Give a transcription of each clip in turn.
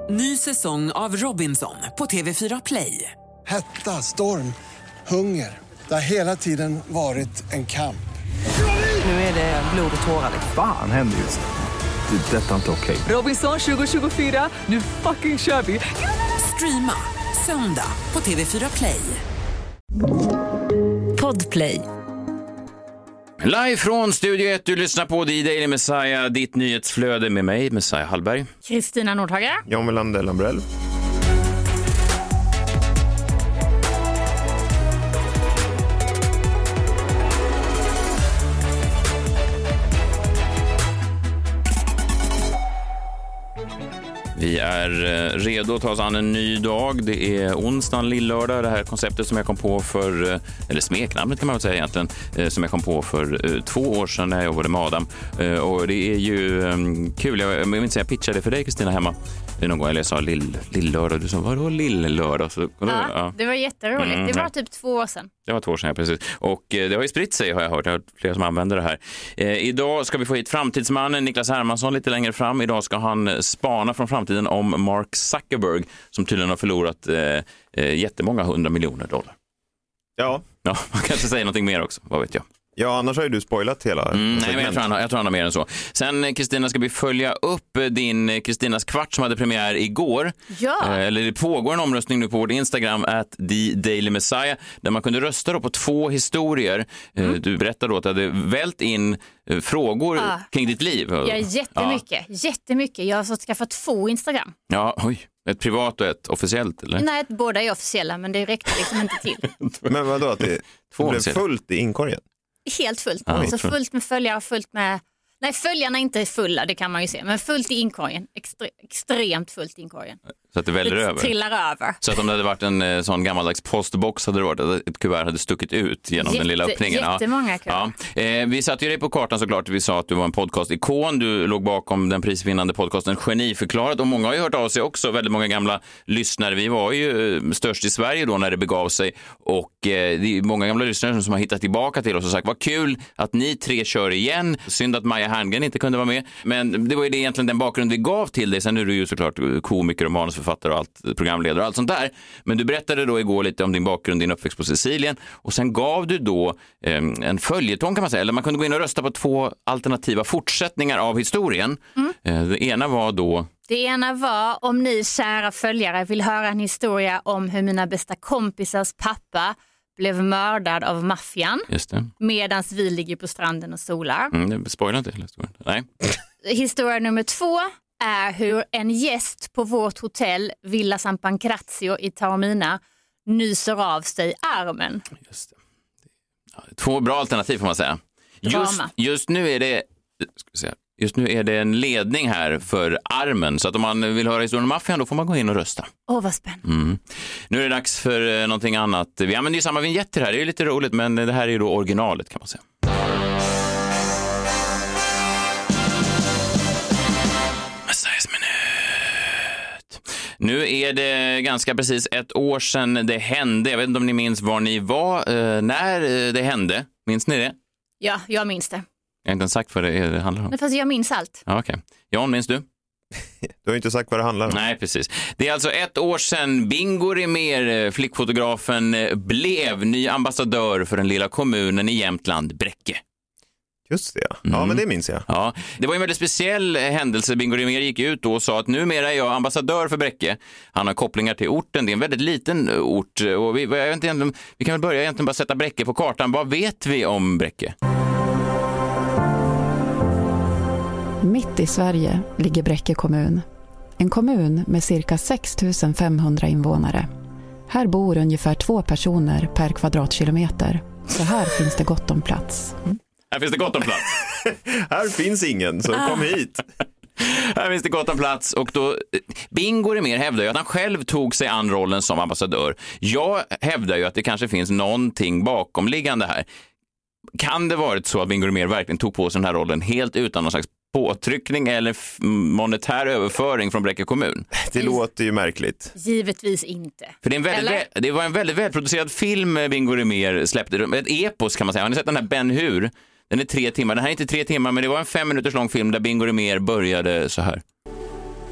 Ny säsong av Robinson på TV4 Play. Hetta, storm, hunger. Det har hela tiden varit en kamp. Nu är det blod och tårar. Fan händer just nu. Det. Detta är inte okej. Robinson 2024, nu fucking kör vi. Streama söndag på TV4 Play. Podplay. Live från Studio 1, du lyssnar på The Daily Messiah, ditt nyhetsflöde med mig, Messiah Hallberg. Kristina Nordhaga. John Melander Lambrell. Vi är redo att ta oss an en ny dag. Det är onsdagen, lillördag, det här konceptet som jag kom på för, eller smeknamnet kan man väl säga egentligen, som jag kom på för 2 år sedan när jag jobbade med Adam. Och det är ju kul, jag minns att jag pitchade det för dig, Kristina, hemma någon gång, eller jag sa lillördag, du sa vadå lillördag? Ja, det var jätteroligt, det var typ 2 år sedan. Det var 2 år sedan, precis. Och det har ju spritt sig, har jag hört. Jag har flera som använder det här. Idag ska vi få hit framtidsmannen Niklas Hermansson lite längre fram. Idag ska han spana från framtiden om Mark Zuckerberg, som tydligen har förlorat jättemånga $100 miljoner. Ja. Ja, man kanske säger någonting mer också, vad vet jag. Ja, annars har ju du spoilat hela. Nej, men jag tror han har mer än så. Sen, Kristina, ska vi följa upp din Kristinas kvart som hade premiär igår. Ja. Eller det pågår en omröstning nu på vår Instagram @TheDailyMessiah, där man kunde rösta då på 2 historier. Du berättade då att du hade vält in frågor kring ditt liv. Ja, jättemycket. Jag har fått skaffa 2 Instagram. Ja, oj. Ett privat och ett officiellt, eller? Nej, båda är officiella, men det räcker liksom inte till. Men vadå, att det blev fullt i inkorgen? Helt fullt. Ja, så fullt med följare, fullt med... Nej, följarna är inte fulla, det kan man ju se. Men fullt i inkorgen. Extremt fullt i inkorgen. Så att det väller över? Trillar över. Så att om det hade varit en sån gammaldags postbox hade det varit att ett kuvert hade stuckit ut genom den lilla öppningen. Jättemånga kuvert. Ja. Vi satte ju dig på kartan såklart. Vi sa att du var en podcast-ikon. Du låg bakom den prisvinnande podcasten Geniförklarat. Och många har ju hört av sig också. Väldigt många gamla lyssnare. Vi var ju störst i Sverige då när det begav sig. Och det är många gamla lyssnare som har hittat tillbaka till oss och sagt vad kul att ni 3 kör igen. Synd att Maja Herngren inte kunde vara med. Men det var ju egentligen den bakgrund vi gav till dig. Sen är du ju såklart komiker och manusförfattare och allt, programledare och allt sånt där. Men du berättade då igår lite om din bakgrund, din uppväxt på Sicilien. Och sen gav du då en följetong kan man säga. Eller man kunde gå in och rösta på 2 alternativa fortsättningar av historien. Det ena var då... Det ena var om ni kära följare vill höra en historia om hur mina bästa kompisars pappa blev mördad av maffian. Just det. Medans vi ligger på stranden och solar. Det spoilar inte hela historien. Nej. Historia nummer 2 är hur en gäst på vårt hotell Villa San Pancrazio i Taormina nyser av sig armen. Just det. Ja, 2 bra alternativ får man säga. Just nu är det... Just nu är det en ledning här för armen, så att om man vill höra historien om maffian då får man gå in och rösta. Vad spännande. Nu är det dags för någonting annat. Vi använder ju samma vignetter här, det är ju lite roligt, men det här är ju då originalet kan man säga. Messiahs minut. Nu är det ganska precis 1 år sedan det hände. Jag vet inte om ni minns var ni var när det hände. Minns ni det? Ja, jag minns det. Jag har inte sagt vad det handlar om. Men fast jag minns allt. Ja, okej. Jan, minns du? Du har inte sagt vad det handlar om. Nej, precis. Det är alltså 1 år sedan Bingo Rimér, flickfotografen, blev ny ambassadör för den lilla kommunen i Jämtland, Bräcke. Just det, ja. Men det minns jag. Ja, det var en väldigt speciell händelse. Bingo Rimér gick ut och sa att numera är jag ambassadör för Bräcke. Han har kopplingar till orten. Det är en väldigt liten ort. Och vi kan väl börja egentligen bara sätta Bräcke på kartan. Vad vet vi om Bräcke? Mitt i Sverige ligger Bräcke kommun. En kommun med cirka 6 500 invånare. Här bor ungefär 2 personer per kvadratkilometer. Så här finns det gott om plats. Här finns det gott om plats. Här finns ingen, så kom hit. Här finns det gott om plats. Och då, Bingo Rimér hävdar ju att han själv tog sig an rollen som ambassadör. Jag hävdar ju att det kanske finns någonting bakomliggande här. Kan det varit så att Bingo Rimér verkligen tog på sig den här rollen helt utan någon slags påtryckning eller monetär överföring från Bräcke kommun? Det låter ju märkligt. Givetvis inte. För det var en väldigt välproducerad film Bingo Rimér släppte. Ett epos kan man säga. Har ni sett den här Ben Hur? Den är 3 timmar. Den här är inte 3 timmar, men det var en 5 minuters lång film där Bingo Rimér började så här.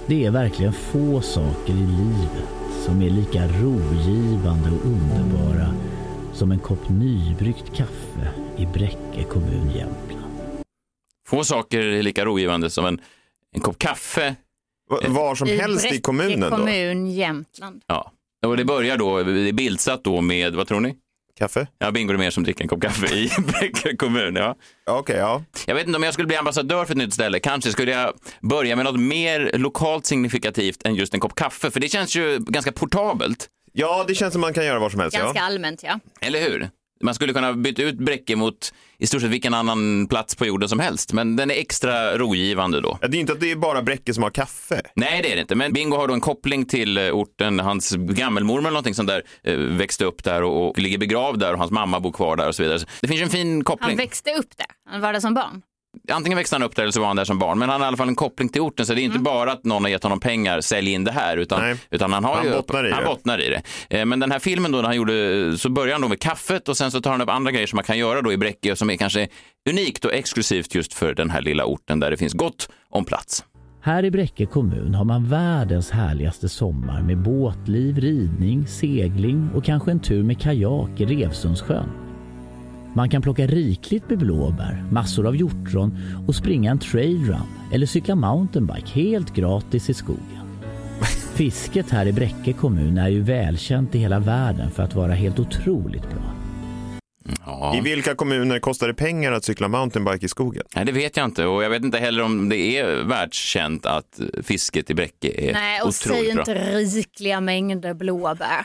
Det är verkligen få saker i livet som är lika rogivande och underbara som en kopp nybryggt kaffe i Bräcke kommun, Jämtland. Få saker är lika rogivande som en kopp kaffe. Var som helst i kommunen då? kommun, Jämtland. Ja, och det börjar då, det är bildsatt då med, vad tror ni? Kaffe? Ja, Bingo är mer som dricker en kopp kaffe i Bräcke kommun, ja. Okej, ja. Jag vet inte om jag skulle bli ambassadör för ett nytt ställe. Kanske skulle jag börja med något mer lokalt signifikativt än just en kopp kaffe. För det känns ju ganska portabelt. Ja, det känns som man kan göra vad som helst. Ganska allmänt, ja. Eller hur? Man skulle kunna byta ut Bräcke mot i stort sett vilken annan plats på jorden som helst. Men den är extra rogivande då. Ja, det är inte att det är bara Bräcke som har kaffe. Nej, det är det inte. Men Bingo har då en koppling till orten. Hans gammelmormor eller någonting sånt där växte upp där och ligger begravd där och hans mamma bor kvar där och så vidare. Det finns en fin koppling. Han växte upp där. Han var där som barn. Antingen växte han upp där eller så var han där som barn. Men han har i alla fall en koppling till orten. Så det är inte bara att någon har gett honom pengar, sälj in det här. Utan han bottnar i det. Men den här filmen då, när han gjorde, så börjar han då med kaffet. Och sen så tar han upp andra grejer som man kan göra då i Bräcke. Som är kanske unikt och exklusivt just för den här lilla orten där det finns gott om plats. Här i Bräcke kommun har man världens härligaste sommar med båtliv, ridning, segling och kanske en tur med kajak i Revsundssjön. Man kan plocka rikligt med blåbär, massor av hjortron och springa en trailrun eller cykla mountainbike helt gratis i skogen. Fisket här i Bräcke kommun är ju välkänt i hela världen för att vara helt otroligt bra. Ja. I vilka kommuner kostar det pengar att cykla mountainbike i skogen? Nej, det vet jag inte. Och jag vet inte heller om det är världskänt att fisket i Bräcke är Nej, och otroligt bra. säg inte rikliga mängder blåbär.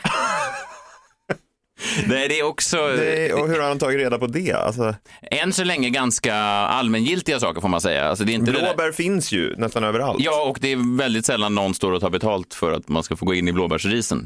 Nej, det är också... Och hur har han tagit reda på det? Alltså... Än så länge ganska allmängiltiga saker får man säga. Alltså, det är inte blåbär finns ju nästan överallt. Ja, och det är väldigt sällan någon står och tar betalt för att man ska få gå in i blåbärsrisen.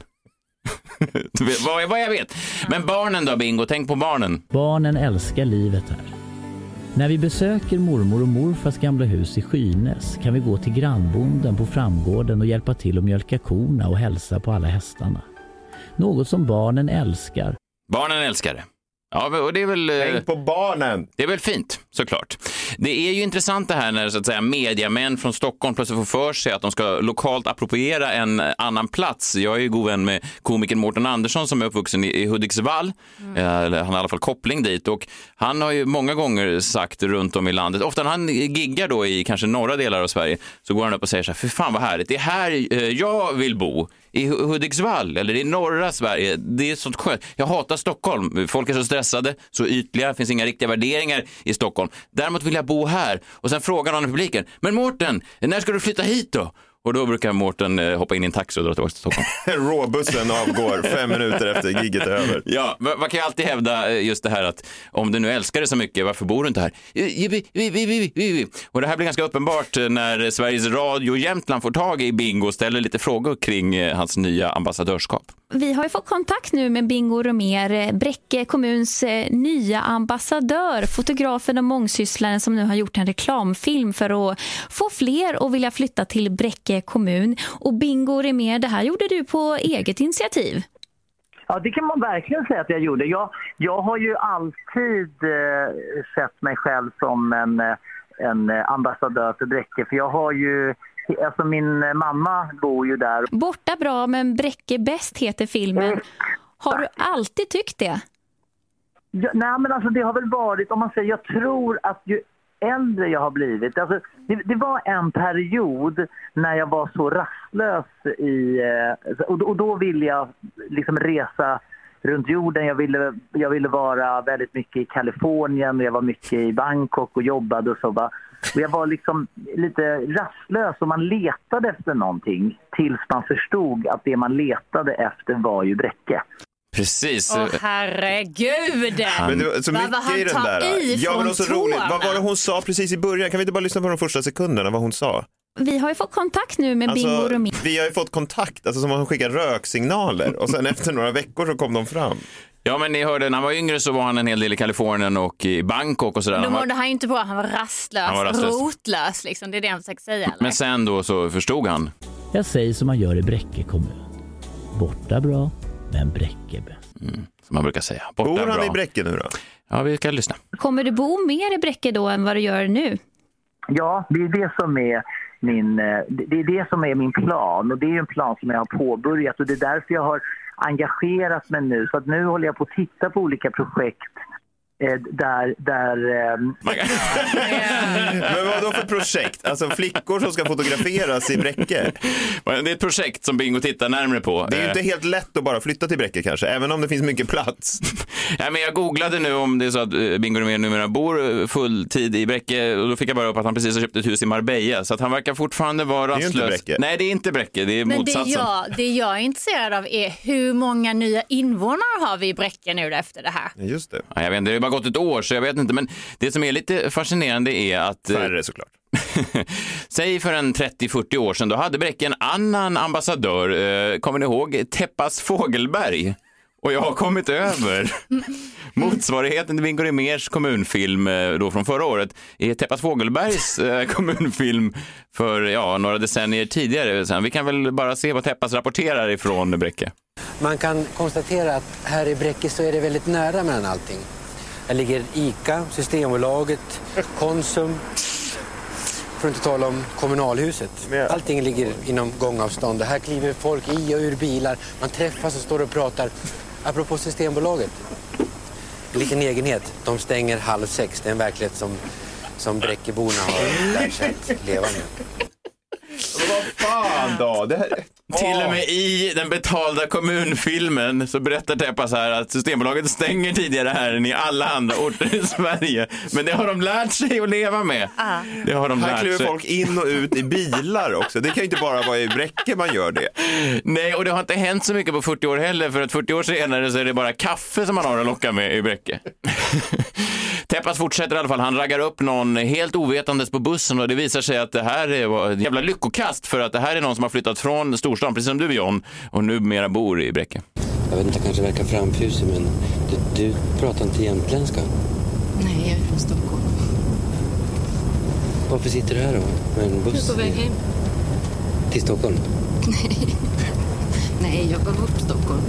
Vad jag vet. Men barnen då, Bingo? Tänk på barnen. Barnen älskar livet här. När vi besöker mormor och morfars gamla hus i Skynäs kan vi gå till grannbonden på framgården och hjälpa till att mjölka korna och hälsa på alla hästarna. Något som barnen älskar. Barnen älskar det. Ja, och det är väl... Tänk på barnen! Det är väl fint, såklart. Det är ju intressant det här när så att säga mediamän från Stockholm plötsligt får för sig att de ska lokalt appropriera en annan plats. Jag är ju god vän med komikern Mårten Andersson som är uppvuxen i Hudiksvall. Han har i alla fall koppling dit och han har ju många gånger sagt runt om i landet, ofta när han giggar då i kanske norra delar av Sverige, så går han upp och säger så här: för fan vad härligt, det är här jag vill bo. I Hudiksvall eller i norra Sverige, det är sånt skönt. Jag hatar Stockholm, folk är så stressade, så ytliga, finns inga riktiga värderingar i Stockholm. Däremot vill jag bo här. Och sen frågar någon i publiken: men Mårten, när ska du flytta hit då? Och då brukar Mårten hoppa in i en taxi och dra tillbaka till Stockholm. Råbussen avgår 5 minuter efter gigget är över. Ja, man kan ju alltid hävda just det här att om du nu älskar det så mycket, varför bor du inte här? Och det här blir ganska uppenbart när Sveriges Radio Jämtland får tag i Bingo och ställer lite frågor kring hans nya ambassadörskap. Vi har ju fått kontakt nu med Bingo Romér, Bräcke kommuns nya ambassadör, fotografen och mångsysslaren som nu har gjort en reklamfilm för att få fler att vilja flytta till Bräcke kommun. Och Bingo Romér, det här gjorde du på eget initiativ. Ja, det kan man verkligen säga att jag gjorde. Jag har ju alltid sett mig själv som en ambassadör för Bräcke, för jag har ju... Alltså min mamma bor ju där. Borta bra men Bräcke bäst heter filmen. Har du alltid tyckt det? Ja, nej men alltså det har väl varit, om man säger, jag tror att ju äldre jag har blivit, alltså det var en period när jag var så rastlös och då ville jag liksom resa runt jorden. Jag ville vara väldigt mycket i Kalifornien och jag var mycket i Bangkok och jobbade och så va. Och jag var liksom lite rastlös och man letade efter någonting tills man förstod att det man letade efter var ju Bräcke. Precis. Åh herregud! Men det var så mycket i den där. Ja, men också roligt. Vad var det hon sa precis i början? Kan vi inte bara lyssna på de första sekunderna vad hon sa? Vi har ju fått kontakt nu med Bingo Romér. Vi har ju fått kontakt, alltså som att hon skickar röksignaler och sen efter några veckor så kom de fram. Ja, men ni hörde, när han var yngre så var han en hel del i Kalifornien och i Bangkok och sådär. Då mådde han ju inte bra, han var rastlös. Rotlös liksom, det är det han försöker säga. Eller? Men sen då så förstod han. Jag säger som man gör i Bräcke kommun. Borta bra, men Bräcke bäst. Som man brukar säga. Borta bor han bra. I Bräcke nu då? Ja, vi kan lyssna. Kommer du bo mer i Bräcke då än vad du gör nu? Ja, det är det som är det är det som är min plan, och det är en plan som jag har påbörjat, och det är därför jag har engagerat mig nu. Så att nu håller jag på att titta på olika projekt Men vad då för projekt? Alltså flickor som ska fotograferas i Bräcke? Det är ett projekt som Bingo tittar närmare på. Det är ju inte helt lätt att bara flytta till Bräcke kanske, även om det finns mycket plats. Ja, men jag googlade nu om det är så att Bingo Rimér numera bor fulltid i Bräcke, och då fick jag bara upp att han precis har köpt ett hus i Marbella, så att han verkar fortfarande vara rastlös. Det är inte Bräcke. Nej, det är inte Bräcke, det är motsatsen. Det jag är intresserad av är hur många nya invånare har vi i Bräcke nu efter det här? Just det. Ja, jag vet inte, det har bara gått ett år så jag vet inte, men det som är lite fascinerande är att... Färre såklart. Säg för en 30-40 år sedan, då hade Bräcke en annan ambassadör. Kommer ni ihåg Teppas Fågelberg? Och jag har kommit över motsvarigheten till Bingo Rimérs kommunfilm då från förra året är Teppas Fågelbergs kommunfilm för några decennier tidigare. Sen vi kan väl bara se vad Teppas rapporterar ifrån Bräcke. Man kan konstatera att här i Bräcke så är det väldigt nära mellan allting. Här ligger ICA, Systembolaget, Konsum, för att inte tala om kommunalhuset. Allting ligger inom gångavstånd. Här kliver folk i och ur bilar. Man träffas och står och pratar. Apropå Systembolaget. En liten egenhet. De stänger 5:30. Det är en verklighet som Bräckeborna har lärt sig att leva med. Vad fan då? Till och med i den betalda kommunfilmen så berättar Teppas här att Systembolaget stänger tidigare här än i alla andra orter i Sverige. Men det har de lärt sig att leva med. Det har de här kliver folk in och ut i bilar också. Det kan ju inte bara vara i Bräcke man gör det. Nej, och det har inte hänt så mycket på 40 år heller, för att 40 år senare så är det bara kaffe som man har att locka med i Bräcke. Teppas fortsätter i alla fall. Han raggar upp någon helt ovetandes på bussen, och det visar sig att det här är ett jävla lyckokast, för att det här är någon som har flyttat från storstan, precis som du John, och numera bor i Bräcke. Jag vet inte, kanske verkar framfusig, men du pratar inte jämtländska. Nej, jag är från Stockholm. Varför sitter du här då? Med en buss? Jag är på väg hem. Till Stockholm? Nej, jag gav upp Stockholm.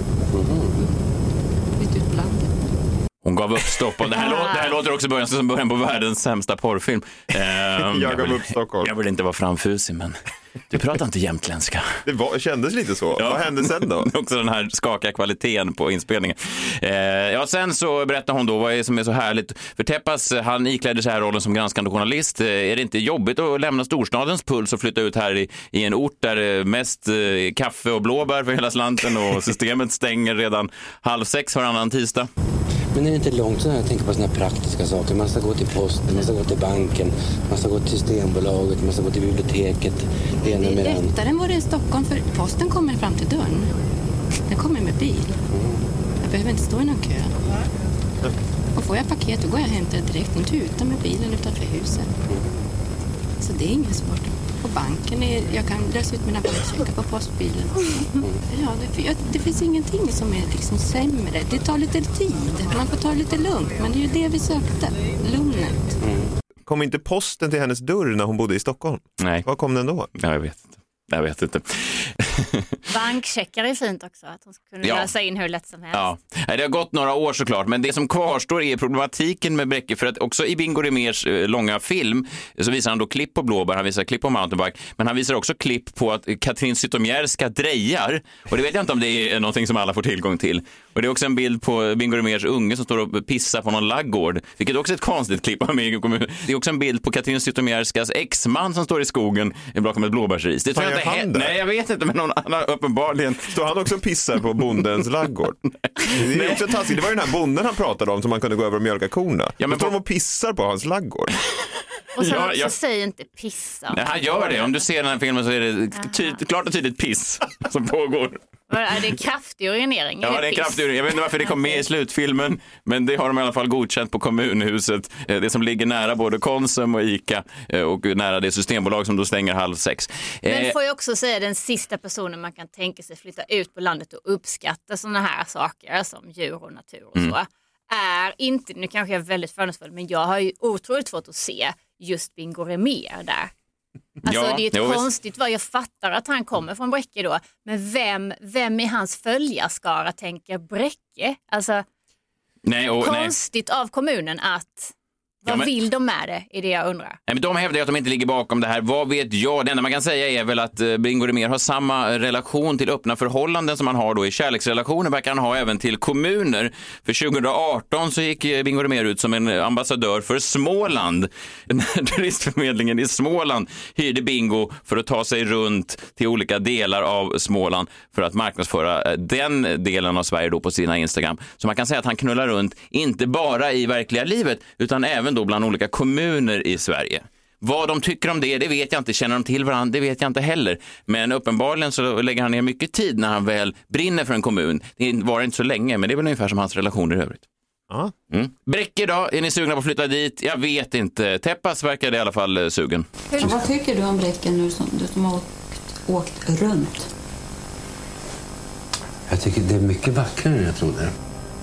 Mitt ut på landet. Hon gav upp Stockholm. Det här låter också som början på världens sämsta porrfilm. Jag gav upp Stockholm. Jag vill inte vara framfusig, men du pratar inte jämtländska. Det kändes lite så. Ja. Vad hände sen då? Också den här skakiga kvaliteten på inspelningen. Sen så berättar hon då vad är som är så härligt. För Teppas, han ikläder sig här rollen som granskande journalist. Är det inte jobbigt att lämna storstadens puls och flytta ut här i en ort där det mest kaffe och blåbär för hela slanten, och systemet stänger redan 5:30 varannan tisdag? Men är det inte långt så här? Jag tänker på såna här praktiska saker. Man ska gå till posten, man ska gå till banken, man ska gå till Systembolaget, man ska gå till biblioteket. Det är lättare än vad det är i Stockholm, för posten kommer fram till dörren. Den kommer med bil. Jag behöver inte stå i någon kö. Och får jag paket, då går jag och hämtar det direkt. Inte utan med bilen utanför huset. Så det är inget svårt. På banken, jag kan lösa ut mina bankcheckar på postbilen. Ja, det finns ingenting som är liksom sämre. Det tar lite tid. Man får ta det lite lugnt. Men det är ju det vi sökte. Lugnet. Kom inte posten till hennes dörr när hon bodde i Stockholm? Nej. Var kom den då? Ja, jag vet inte. Bankcheckar är fint också, att hon ska kunna lösa in hur lätt som helst. Ja, det har gått några år såklart, men det som kvarstår är problematiken med Bräcke, för att också i Bingo Rimérs långa film så visar han då klipp på blåbär, han visar klipp på mountainbike, men han visar också klipp på att Katrin Zytomierska drejar, och det vet jag inte om det är någonting som alla får tillgång till. Och det är också en bild på Bingo Rimérs unge som står och pissar på någon laggård, vilket också är ett konstigt klipp av mig. Det är också en bild på Katrin Zytomierskas exman som står i skogen bakom ett blåbärsris. Det tror jag inte. Nej, jag vet inte, men någon annan uppenbarligen. Står han också och pissar på bondens laggård? Det är också taskigt. Det var ju den här bonden han pratade om som man kunde gå över och mjölka korna. Ja, men står de och pissar på hans laggård? Och sen också säger inte pissa. Nej, han gör det. Om du ser den här filmen så är det klart och tydligt piss som pågår. Är det kraftig urinering? Ja, det är kraftig urinering. Jag vet inte varför det kom med i slutfilmen, men det har de i alla fall godkänt på kommunhuset. Det som ligger nära både Konsum och ICA och nära det systembolag som då stänger 5:30. Men får jag också säga, den sista personen man kan tänka sig flytta ut på landet och uppskatta sådana här saker som djur och natur och så är inte, nu kanske jag är väldigt fördomsfull, men jag har ju otroligt svårt att se just Bingo Rimér där. Alltså det är ett konstigt vad jag fattar att han kommer från Bräcke då, men vem i hans följarskara tänker Bräcke? Alltså konstigt av kommunen att Vad vill de med det, är det jag undrar. Nej, men de hävdar att de inte ligger bakom det här. Vad vet jag? Det enda man kan säga är väl att Bingo Rimér har samma relation till öppna förhållanden som man har då i kärleksrelationer, verkar han ha även till kommuner. För 2018 så gick Bingo Rimér ut som en ambassadör för Småland. När turistförmedlingen i Småland hyrde Bingo för att ta sig runt till olika delar av Småland för att marknadsföra den delen av Sverige då på sina Instagram. Så man kan säga att han knullar runt inte bara i verkliga livet utan även då bland olika kommuner i Sverige. Vad de tycker om det vet jag inte. Känner de till varandra, det vet jag inte heller. Men uppenbarligen så lägger han ner mycket tid när han väl brinner för en kommun. Det var inte så länge, men det är väl ungefär som hans relationer i övrigt. Bräcke då, är ni sugna på att flytta dit? Jag vet inte. Teppas verkar det i alla fall sugen. Vad tycker du om Bräcke nu du som har åkt runt? Jag tycker det är mycket vackrare än jag trodde.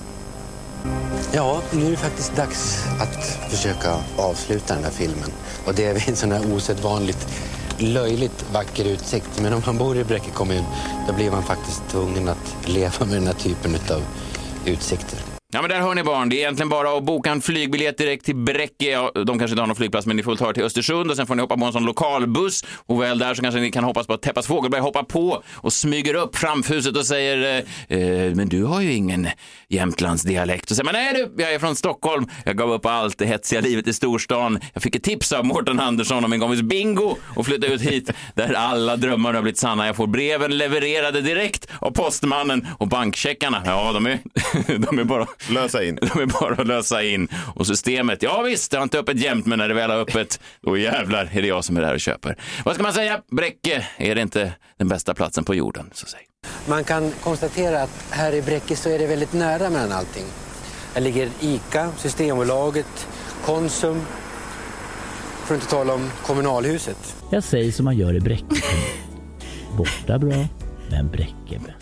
Ja, nu är det faktiskt dags att försöka avsluta den här filmen. Och det är vid en sån här osedvanligt löjligt vacker utsikt. Men om man bor i Bräcke kommun, då blir man faktiskt tvungen att leva med den här typen av utsikter. Ja, men där hör ni barn. Det är egentligen bara att boka en flygbiljett direkt till Bräcke. Ja, de kanske inte har någon flygplats, men ni får ta er till Östersund och sen får ni hoppa på en sån lokalbuss. Och väl där så kanske ni kan hoppas på att Teppas Fågelberg hoppar på och smyger upp framfuset och säger men du har ju ingen Jämtlands dialekt. Och säger, men nej du, jag är från Stockholm. Jag gav upp allt det hetsiga livet i storstan. Jag fick ett tips av Mårten Andersson om en kompis Bingo och flyttade ut hit där alla drömmar har blivit sanna. Jag får breven levererade direkt av postmannen och bankcheckarna. Ja, de är bara lösa in. De är bara att lösa in. Och systemet, ja visst, det har inte öppet jämt, men när det väl har öppet, då jävlar är det jag som är där och köper. Vad ska man säga? Bräcke, är det inte den bästa platsen på jorden, så säg. Man kan konstatera att här i Bräcke så är det väldigt nära mellan allting. Här ligger ICA, Systembolaget, Konsum, för att inte tala om kommunalhuset. Jag säger som man gör i Bräcke. Borta bra, men Bräcke bäst.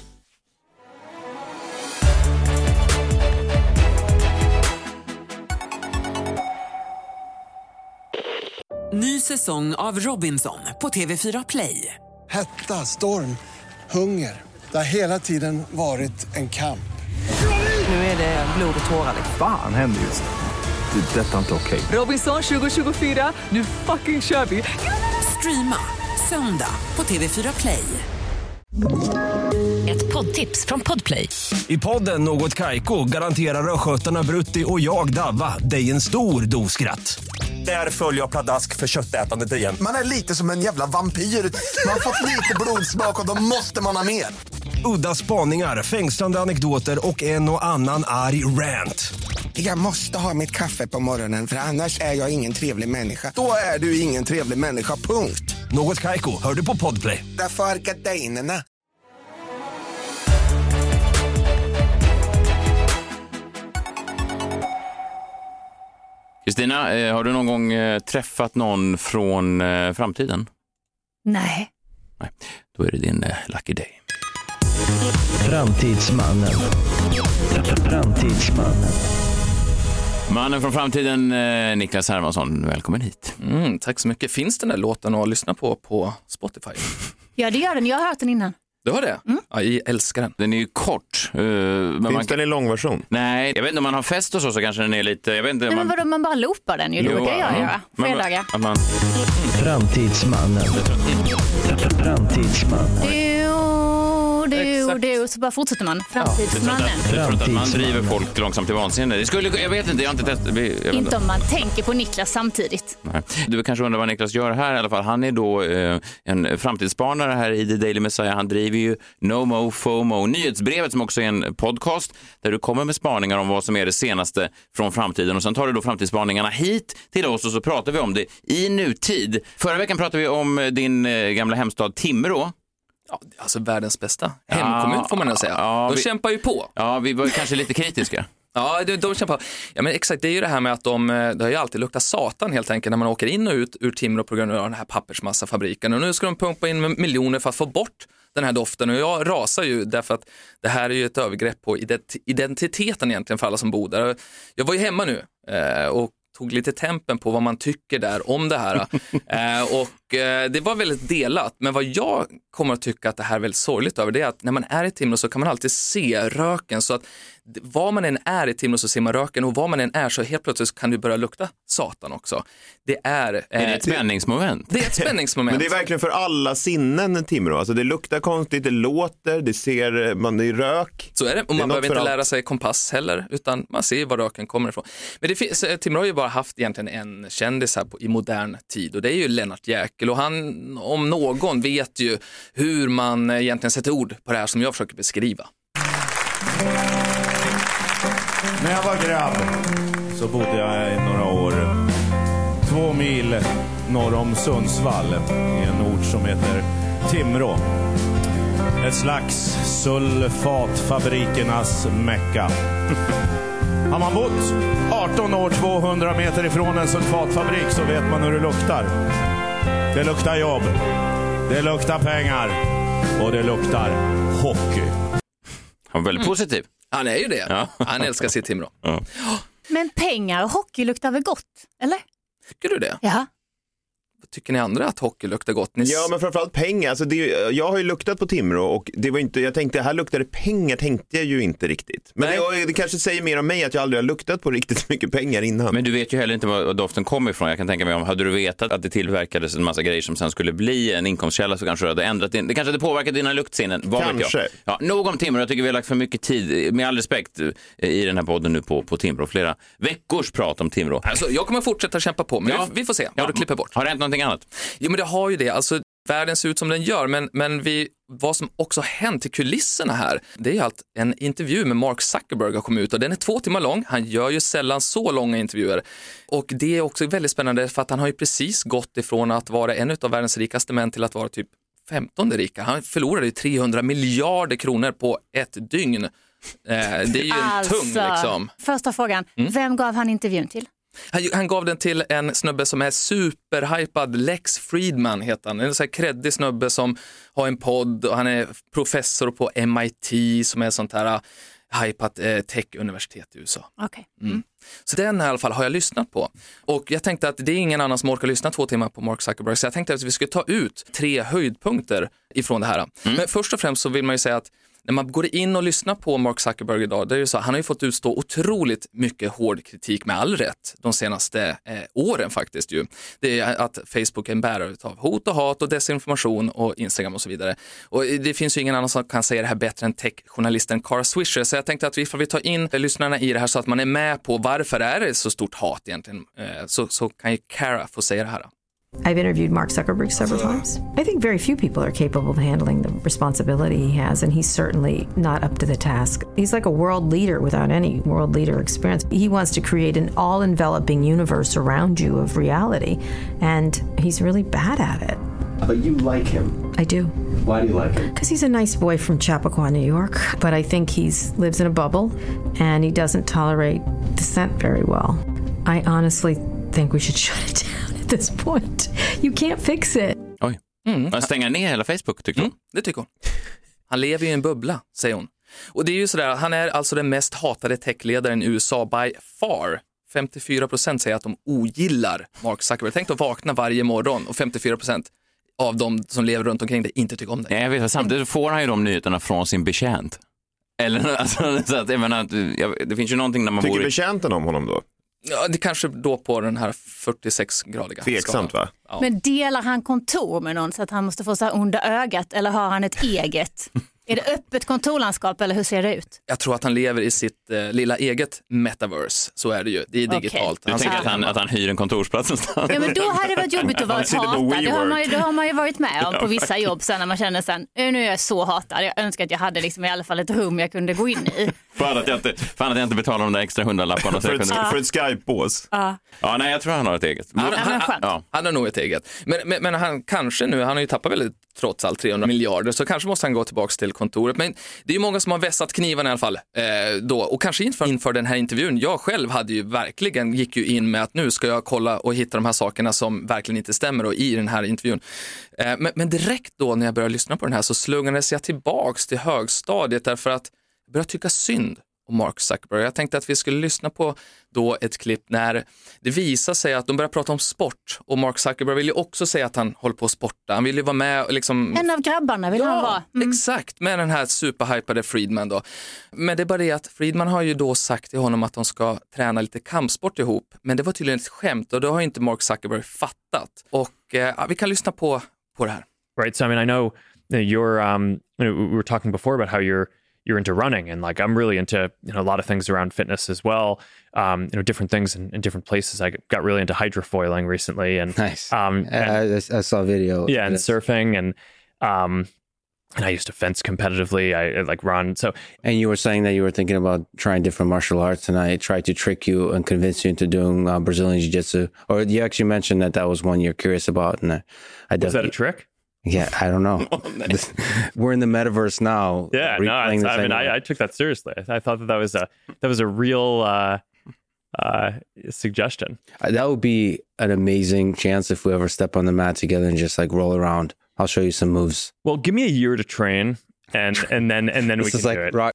Ny säsong av Robinson på TV4 Play. Hetta, storm, hunger. Det har hela tiden varit en kamp. Nu är det blod och tårar. Fan händer just det. Det är detta inte okej. Robinson 2024, nu fucking kör vi. Streama söndag på TV4 Play. Ett poddtips från Podplay. I podden Något Kaiko garanterar röskötarna Brutti och jag Davva dig en stor doskratt. Där följer jag pladask för köttätandet igen. Man är lite som en jävla vampyr. Man har fått lite blodsmak och då måste man ha mer. Udda spaningar, fängslande anekdoter och en och annan arg rant. Jag måste ha mitt kaffe på morgonen för annars är jag ingen trevlig människa. Då är du ingen trevlig människa, punkt. Något Kaiko, hör du på Podplay. Därför är gardinerna. Kristina, har du någon gång träffat någon från framtiden? Nej. Nej, då är det din lucky day. Framtidsmannen. Framtidsmannen. Mannen från framtiden, Niklas Hermansson, välkommen hit. Tack så mycket. Finns den där låten att lyssna på Spotify? Ja, det gör den. Jag har hört den innan. Du har det? Ja, jag älskar den. Den är ju kort. Finns den i långversion? Nej, jag vet inte om man har fest och så kanske den är lite... Jag vet inte, men vadå, man bara loopar den ju. Det brukar jag göra. Fredagar. Framtidsmannen. Framtidsmannen. Du, så bara fortsätter man. Framtidsmannen. Jag tror att man driver folk långsamt till vansinne. Det skulle, jag vet inte, jag har inte testat. Inte om man tänker på Niklas samtidigt. Nej. Du kanske undrar vad Niklas gör här i alla fall. Han är då en framtidsspanare här i The Daily Messiah. Han driver ju No FOMO, nyhetsbrevet som också är en podcast där du kommer med spaningar om vad som är det senaste från framtiden. Och sen tar du då framtidsspaningarna hit till oss och så pratar vi om det i nutid. Förra veckan pratade vi om din gamla hemstad Timrå. Ja, alltså världens bästa hemkommun får man nog säga. Ja, de kämpar ju på. Ja, vi var kanske lite kritiska. Ja, de kämpar. Ja, men exakt, det är ju det här med att det har ju alltid luktat satan helt enkelt när man åker in och ut ur Timrå på grund av den här pappersmassafabriken. Och nu ska de pumpa in miljoner för att få bort den här doften. Och jag rasar ju därför att det här är ju ett övergrepp på identiteten egentligen för alla som bor där. Jag var ju hemma nu och tog lite tempen på vad man tycker där om det här. Och det var väldigt delat, men vad jag kommer att tycka att det här är väldigt sorgligt över, det är att när man är i Timrå så kan man alltid se röken, så att var man än är i Timrå så ser man röken, och var man än är så helt plötsligt kan du börja lukta satan också. Det är det ett spänningsmoment? Det är ett spänningsmoment. Men det är verkligen för alla sinnen Timrå. Alltså det luktar konstigt, det låter, det ser, man är rök. Så är det, och man behöver inte lära sig kompass heller, utan man ser var röken kommer ifrån. Men det finns, Timrå har ju bara haft egentligen en kändis här i modern tid, och det är ju Lennart Jäkel, och han om någon vet ju hur man egentligen sätter ord på det här som jag försöker beskriva. När jag var grabb så bodde jag i några år 2 mil norr om Sundsvall i en ort som heter Timrå. Ett slags sulfatfabrikernas mecka. Har man bott 18 år 200 meter ifrån en sulfatfabrik så vet man hur det luktar. Det luktar jobb, det luktar pengar och det luktar hockey. Han var väldigt positiv. Han är ju det. Ja. Han älskar sitt Timrå. Ja. Men pengar och hockey luktar väl gott, eller? Tycker du det? Ja. Tycker ni andra att hockey luktar gott? Ja, men framförallt pengar. Alltså jag har ju luktat på Timrå och det var inte, jag tänkte, här luktar det pengar, tänkte jag ju inte riktigt. Men det kanske säger mer om mig att jag aldrig har luktat på riktigt mycket pengar innan. Men du vet ju heller inte var doften kommer ifrån. Jag kan tänka mig om, hade du vetat att det tillverkades en massa grejer som sen skulle bli en inkomstkälla, så kanske du hade ändrat det kanske hade påverkat dina luktsinnen. Kanske. Ja, nog om Timrå. Jag tycker vi har lagt för mycket tid, med all respekt, i den här podden nu på Timrå. Flera veckors prat om Timrå. Alltså, jag kommer fortsätta kämpa på, men vi får se vad du klipper bort. Har det hänt någonting annat? Jo, men det har ju det. Alltså, världen ser ut som den gör, men vad som också hänt i kulisserna här, det är att en intervju med Mark Zuckerberg har kommit ut, och den är 2 timmar lång. Han gör ju sällan så långa intervjuer, och det är också väldigt spännande för att han har ju precis gått ifrån att vara en av världens rikaste män till att vara typ 15:e rika. Han förlorade ju 300 miljarder kronor på ett dygn. Det är ju en tung liksom. Första frågan, vem gav han intervjun till? Han gav den till en snubbe som är superhypad. Lex Friedman heter han. En sån här kreddig snubbe som har en podd, och han är professor på MIT som är sånt här hypat tech-universitet i USA. Okay. Så den här i alla fall har jag lyssnat på. Och jag tänkte att det är ingen annan som orkar lyssna 2 timmar på Mark Zuckerberg, så jag tänkte att vi skulle ta ut 3 höjdpunkter ifrån det här. Men först och främst så vill man ju säga att när man går in och lyssnar på Mark Zuckerberg idag, det är ju så, han har ju fått utstå otroligt mycket hård kritik med all rätt de senaste åren faktiskt ju. Det är att Facebook är en bärare av hot och hat och desinformation och Instagram och så vidare. Och det finns ju ingen annan som kan säga det här bättre än tech-journalisten Kara Swisher, så jag tänkte att vi får ta in lyssnarna i det här så att man är med på varför är det så stort hat egentligen. Så kan ju Kara få säga det här. I've interviewed Mark Zuckerberg several times. I think very few people are capable of handling the responsibility he has, and he's certainly not up to the task. He's like a world leader without any world leader experience. He wants to create an all-enveloping universe around you of reality, and he's really bad at it. But you like him. I do. Why do you like him? Because he's a nice boy from Chappaqua, New York. But I think he lives in a bubble, and he doesn't tolerate dissent very well. I honestly think we should shut it down at this point. You can't fix it. Oj. Han stänger ner hela Facebook, tycker hon. Det tycker hon. Han lever i en bubbla, säger hon. Och det är ju sådär, han är alltså den mest hatade techledaren i USA by far. 54% säger att de ogillar Mark Zuckerberg. Tänk att vakna varje morgon och 54% av de som lever runt omkring det inte tycker om det. Jag vet, samtidigt får han ju de nyheterna från sin betjänt. Eller alltså, så att, jag menar, det finns ju någonting när man tycker betjänten om honom då? Ja, det kanske då på den här 46-gradiga tveksamt skalan. Va? Ja. Men delar han kontor med någon så att han måste få så här onda ögat, eller har han ett eget? Är det öppet kontorlandskap eller hur ser det ut? Jag tror att han lever i sitt lilla eget metaverse, så är det ju. Det är digitalt. Du tänker att han hyr en kontorsplats någonstans? Ja, men då hade det varit jobbigt att vara hatad. Det har man ju varit med om på vissa jobb sen när man känner sen, nu är jag så hatad. Jag önskar att jag hade liksom i alla fall ett rum jag kunde gå in i. Fan att jag inte betalar de där extra 100-lapparna. För ett Skype-bås. Ja, nej, jag tror han har ett eget. Han har nog ett eget. Men han kanske nu, han har ju tappat väldigt trots allt 300 miljarder, så kanske måste han gå tillbaka till kontoret. Men det är ju många som har vässat kniven i alla fall då, och kanske inför den här intervjun. Jag själv gick ju in med att nu ska jag kolla och hitta de här sakerna som verkligen inte stämmer och i den här intervjun. Men direkt då när jag började lyssna på den här så slungades jag tillbaks till högstadiet, därför att jag började tycka synd och Mark Zuckerberg. Jag tänkte att vi skulle lyssna på då ett klipp när det visar sig att de börjar prata om sport och Mark Zuckerberg vill ju också säga att han håller på att sporta. Han vill ju vara med och liksom... En av grabbarna vill han vara. Exakt, med den här superhypade Friedman då. Men det är bara det att Friedman har ju då sagt till honom att de ska träna lite kampsport ihop. Men det var tydligen ett skämt och då har inte Mark Zuckerberg fattat. Och vi kan lyssna på det här. Right, so I mean, I know you're, we were talking before about how you're into running, and like I'm really into a lot of things around fitness as well. Different things in different places. I got really into hydrofoiling recently, and nice. I saw a video. Yeah, and surfing, and I used to fence competitively. I like run. So, and you were saying that you were thinking about trying different martial arts, and I tried to trick you and convince you into doing Brazilian jiu-jitsu. Or you actually mentioned that was one you're curious about, and was that a trick? Yeah, I don't know. We're in the metaverse now. Yeah, no, I mean, I took that seriously. I thought that was a real suggestion. That would be an amazing chance if we ever step on the mat together and just like roll around. I'll show you some moves. Well, give me a year to train, and then we can do it.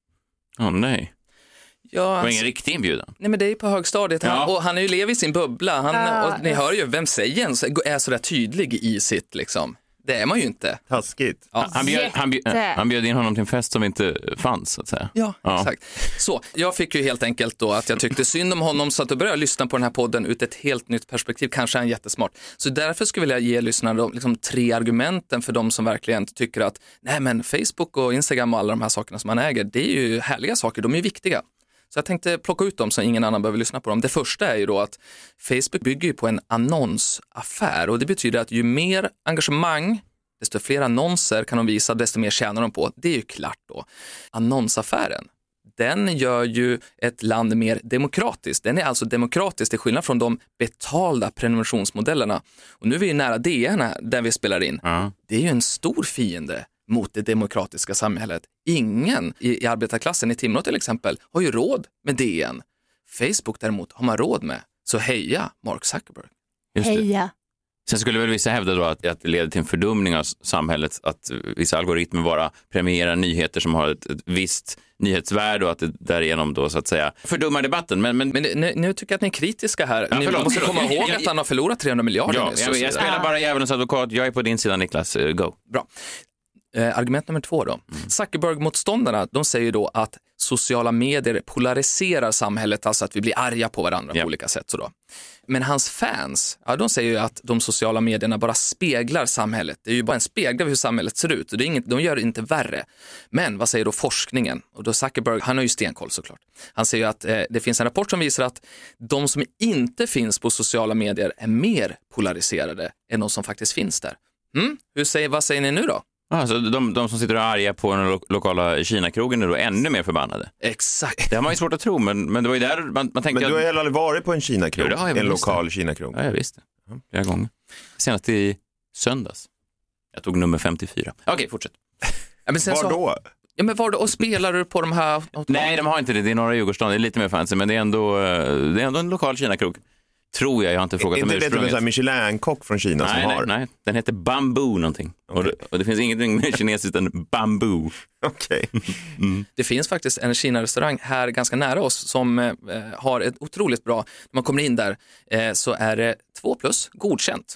Nej. Ja, det var ingen riktig inbjudan. Nej, men det är på högstadiet. Och han är ju lev i sin bubbla. Och ni hör ju, vem säger ens är så där tydlig i sitt liksom. Det är man ju inte. Taskigt. Ja. Han bjöd in honom till en fest som inte fanns, så att säga. Ja, exakt. Så, jag fick ju helt enkelt då att jag tyckte synd om honom, så att jag började lyssna på den här podden ut ett helt nytt perspektiv. Kanske är han jättesmart. Så därför skulle jag vilja ge lyssnarna liksom 3 argumenten för de som verkligen tycker att nej, men Facebook och Instagram och alla de här sakerna som man äger, det är ju härliga saker, de är viktiga. Så jag tänkte plocka ut dem så ingen annan behöver lyssna på dem. Det första är ju då att Facebook bygger ju på en annonsaffär. Och det betyder att ju mer engagemang, desto fler annonser kan de visa, desto mer tjänar de på. Det är ju klart då. Annonsaffären, den gör ju ett land mer demokratiskt. Den är alltså demokratisk till skillnad från de betalda prenumerationsmodellerna. Och nu är vi nära DN här, där vi spelar in. Det är ju en stor fiende mot det demokratiska samhället. Ingen i arbetarklassen i Timrå till exempel har ju råd med DN. Facebook däremot har man råd med. Så heja Mark Zuckerberg. Heja. Sen skulle väl vissa hävda då att det leder till en fördumning av samhället, att vissa algoritmer bara premierar nyheter som har ett visst nyhetsvärde och att det därigenom då så att säga fördummar debatten. Men nu tycker jag att ni är kritiska här. Ja, ni måste komma ihåg att han har förlorat 300 miljarder. Ja, jag spelar bara djävulens advokat. Jag är på din sida, Niklas. Go. Bra. Argument nummer 2 då. Zuckerberg-motståndarna, de säger då att sociala medier polariserar samhället, alltså att vi blir arga på varandra på olika sätt. Så då. Men hans fans, de säger ju att de sociala medierna bara speglar samhället. Det är ju bara en spegel av hur samhället ser ut. Det är inget, de gör det inte värre. Men vad säger då forskningen? Och då Zuckerberg, han har ju stenkoll såklart. Han säger ju att det finns en rapport som visar att de som inte finns på sociala medier är mer polariserade än de som faktiskt finns där. Vad säger ni nu då? Alltså de som sitter och är arga på den lokala Kina-krogen är då ännu mer förbannade. Exakt. Det har man ju svårt att tro, men det var ju där man tänkte... Men du har aldrig varit på en Kina-krog? En lokal Kina-krog? Ja, jag visste. Flera gånger. Senast i söndags. Jag tog nummer 54. Okej, fortsätt. Ja, men var då? Ja, men var då? Och spelar du på de här... Nej, de har inte det. Det är norra Djurgårdsstaden. Det är lite mer fancy, men det är ändå en lokal Kina-krog. Tror jag har inte frågat om ursprunget. Inte det Michelin-kock från Kina som har? Nej, den heter Bamboo någonting. Okay. Och det finns ingenting mer kinesiskt än bamboo. Okej. Det finns faktiskt en Kina-restaurang här ganska nära oss som har ett otroligt bra, när man kommer in där så är det 2+, godkänt.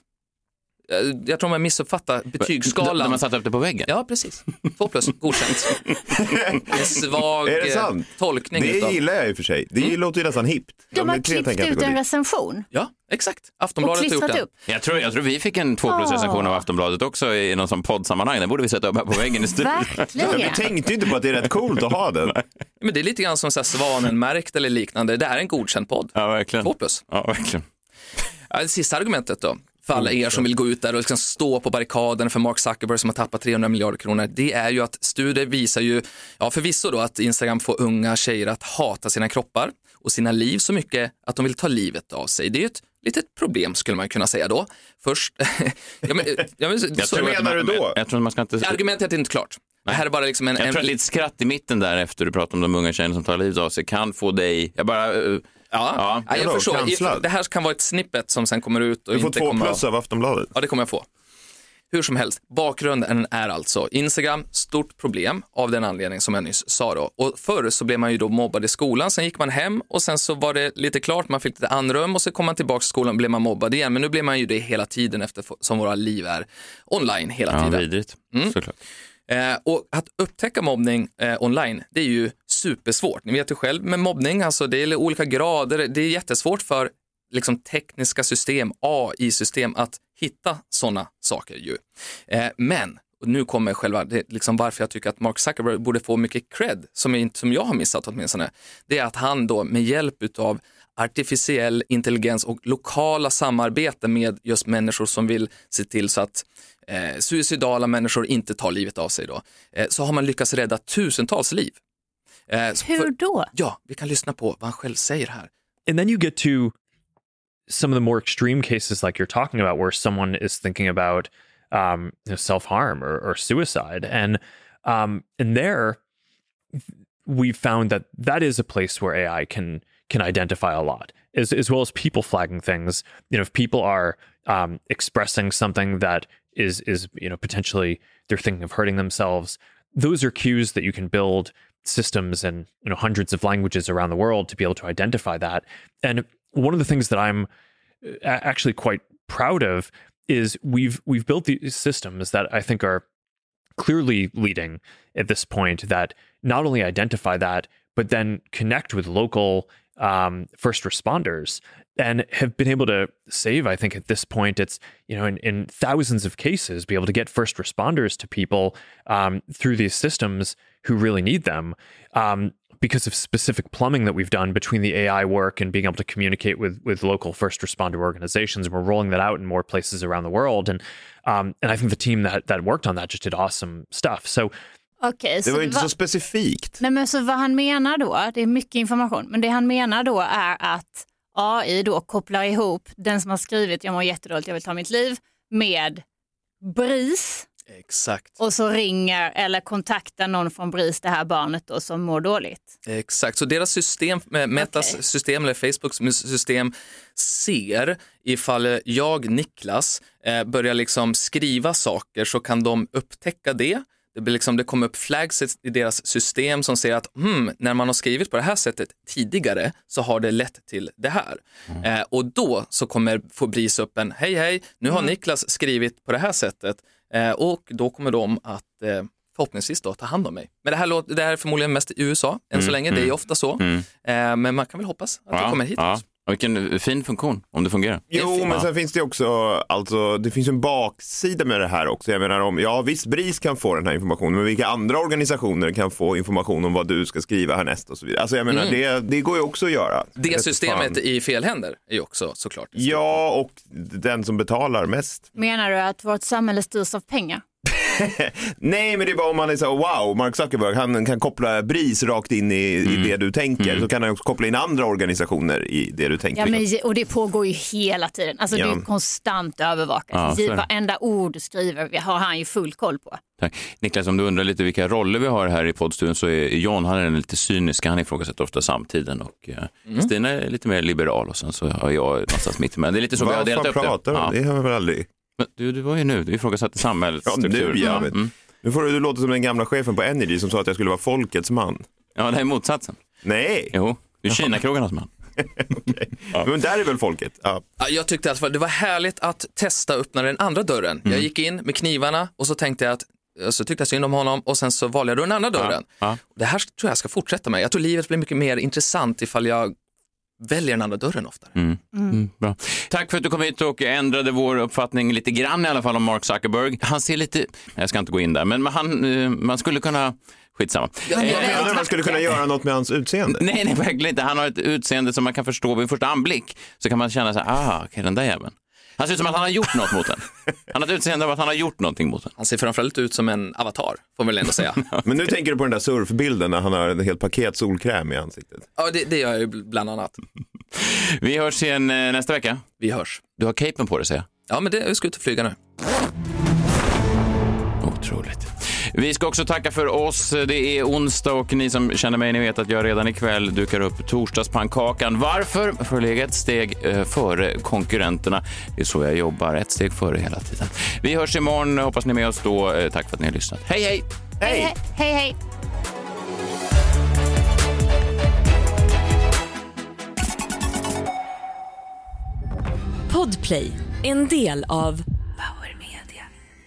Jag tror man missuppfattar betygsskalan. När man satt upp det på väggen? Ja, precis. 2+, godkänt. En svag tolkning. Det gillar jag i för sig. Det låter ju nästan hippt. De har klippt ut en recension. Ja, exakt. Aftonbladet har gjort den. Jag tror vi fick en 2+-recension av Aftonbladet också i någon sån poddsammanhang. Den borde vi sätta upp här på väggen i studion. Verkligen. Vi tänkte inte på att det är rätt coolt att ha den. Men det är lite grann som så här Svanen-märkt eller liknande. Det är en godkänd podd. Ja, verkligen. 2+. Ja, verkligen. Det sista argumentet då. För alla er som vill gå ut där och liksom stå på barrikaden för Mark Zuckerberg som har tappat 300 miljarder kronor. Det är ju att studier visar ju, förvisso då, att Instagram får unga tjejer att hata sina kroppar och sina liv så mycket att de vill ta livet av sig. Det är ju ett litet problem skulle man kunna säga då. Först... menar du då? Jag tror man ska inte... Argumentet är inte klart. Det här är bara liksom jag tror att lite skratt i mitten där efter du pratar om de unga tjejerna som tar livet av sig kan få dig... Jag förstår. Det här kan vara ett snippet som sen kommer ut. Och du får inte 2+ av Aftonbladet. Ja, det kommer jag få. Hur som helst, bakgrunden är alltså Instagram, stort problem av den anledning som jag nyss sa då. Och förr så blev man ju då mobbad i skolan, sen gick man hem och sen så var det lite klart, man fick lite andrum och så kom man tillbaka till skolan och blev man mobbad igen. Men nu blir man ju det hela tiden som våra liv är online hela tiden. Ja, vidrigt, såklart. Och att upptäcka mobbning online, det är ju supersvårt. Ni vet ju själv med mobbning, alltså det är olika grader, det är jättesvårt för liksom tekniska system, AI-system att hitta sådana saker ju. Men nu kommer själva, liksom varför jag tycker att Mark Zuckerberg borde få mycket cred, som jag har missat åtminstone, det är att han då med hjälp av artificiell intelligens och lokala samarbeten med just människor som vill se till så att suicidala människor inte tar livet av sig då, så har man lyckats rädda tusentals liv. Hur då? Ja, vi kan lyssna på vad han själv säger här. And then you get to some of the more extreme cases like you're talking about where someone is thinking about self-harm or suicide. And there we've found that is a place where AI can identify a lot, as well as people flagging things. If people are expressing something that is potentially they're thinking of hurting themselves, those are cues that you can build systems in hundreds of languages around the world to be able to identify that. And one of the things that I'm actually quite proud of is we've built these systems that I think are clearly leading at this point, that not only identify that, but then connect with local first responders and have been able to save, I think at this point, it's, in thousands of cases, be able to get first responders to people through these systems who really need them. Because of specific plumbing that we've done between the AI work and being able to communicate with local first responder organizations. And we're rolling that out in more places around the world. And I think the team that worked on that just did awesome stuff. So okay, det var inte så specifikt. Nej, men så vad han menar då, det är mycket information, men det han menar då är att AI då kopplar ihop den som har skrivit jag mår jättedåligt, jag vill ta mitt liv, med BRIS. Exakt. Och så ringer eller kontaktar någon från BRIS det här barnet då som mår dåligt. Exakt, så deras system, Metas system eller Facebooks system ser ifall jag, Niklas, börjar liksom skriva saker, så kan de upptäcka det. Det kommer upp flags i deras system som säger att när man har skrivit på det här sättet tidigare så har det lett till det här. Och då så kommer få BRIS upp en hej, nu har Niklas skrivit på det här sättet. Och då kommer de att förhoppningsvis då ta hand om mig. Men det här är förmodligen mest i USA än så länge, det är ofta så. Men man kan väl hoppas att det kommer hit också. Vilken fin funktion, om det fungerar. Jo, men sen finns det också, alltså, det finns en baksida med det här också. Jag menar visst, BRIS kan få den här informationen, men vilka andra organisationer kan få information om vad du ska skriva härnäst och så vidare. Alltså jag menar, det går ju också att göra. Det systemet i fel händer är ju också såklart. Ja, och den som betalar mest. Menar du att vårt samhälle styrs av pengar? Nej, men det är bara om man är så wow, Mark Zuckerberg, han kan koppla BRIS rakt in i det du tänker, så kan han också koppla in andra organisationer i det du tänker. Ja, men, och det pågår ju hela tiden. Alltså det är konstant övervakat. Varenda ord du skriver har han ju full koll på. Tack. Niklas, om du undrar lite vilka roller vi har här i poddstudion, så är John, han är lite cynisk, han ifrågasätter ofta samtiden, och Stina är lite mer liberal, och sen så har jag någonstans mitt med. Det är lite så vi har delat upp det. Det har jag väl aldrig. Men du var ju nu, du ifrågasatte samhällets struktur. Nu får du låta som den gamla chefen på Energy som sa att jag skulle vara folkets man. Ja, det är motsatsen. Nej. Jo, du är Kina-krogarnas man. Okay. Men där är väl folket. Ja. Jag tyckte att det var härligt att testa öppna den andra dörren. Jag gick in med knivarna och så tänkte jag att så tyckte jag synd om honom, och sen så valde jag den andra dörren. Det här tror jag ska fortsätta med. Jag tror livet blir mycket mer intressant ifall jag väljer den andra dörren oftare. Bra. Tack för att du kom hit och ändrade vår uppfattning lite grann i alla fall om Mark Zuckerberg. Han ser lite, jag ska inte gå in där, men man skulle kunna, skitsamma. Man skulle kunna göra något med hans utseende. Nej, verkligen inte. Han har ett utseende som man kan förstå vid första anblick. Så kan man känna så här, okej, den där jäveln. Han ser ut som att han har gjort något mot den. Han har ett utseende av att han har gjort någonting mot den. Han ser framförallt ut som en avatar, får man väl ändå säga. Men nu tänker du på den där surfbilden när han har en helt paket solkräm i ansiktet. Ja, det gör jag ju bland annat. Vi hörs igen nästa vecka. Vi hörs. Du har capen på dig, säger jag. Ja, men jag ska ut och flyga nu. Otroligt. Vi ska också tacka för oss. Det är onsdag och ni som känner mig, ni vet att jag redan ikväll dukar upp torsdagspannkakan. Varför? För att lägga ett steg före konkurrenterna. Det är så jag jobbar, ett steg före hela tiden. Vi hörs imorgon, hoppas ni är med oss då. Tack för att ni har lyssnat. Hej, hej! Hej, hej, hej! Podplay, en del av Power Media.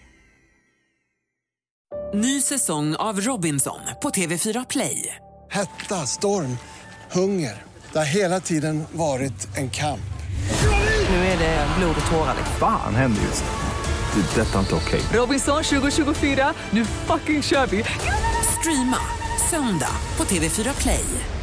Ny säsong av Robinson på TV4 Play. Hetta, storm, hunger. Det har hela tiden varit en kamp. Nu är det blod och tårar. Fan händer just det. Det är detta inte okej. Robinson 2024, nu fucking kör vi! Streama söndag på TV4 Play.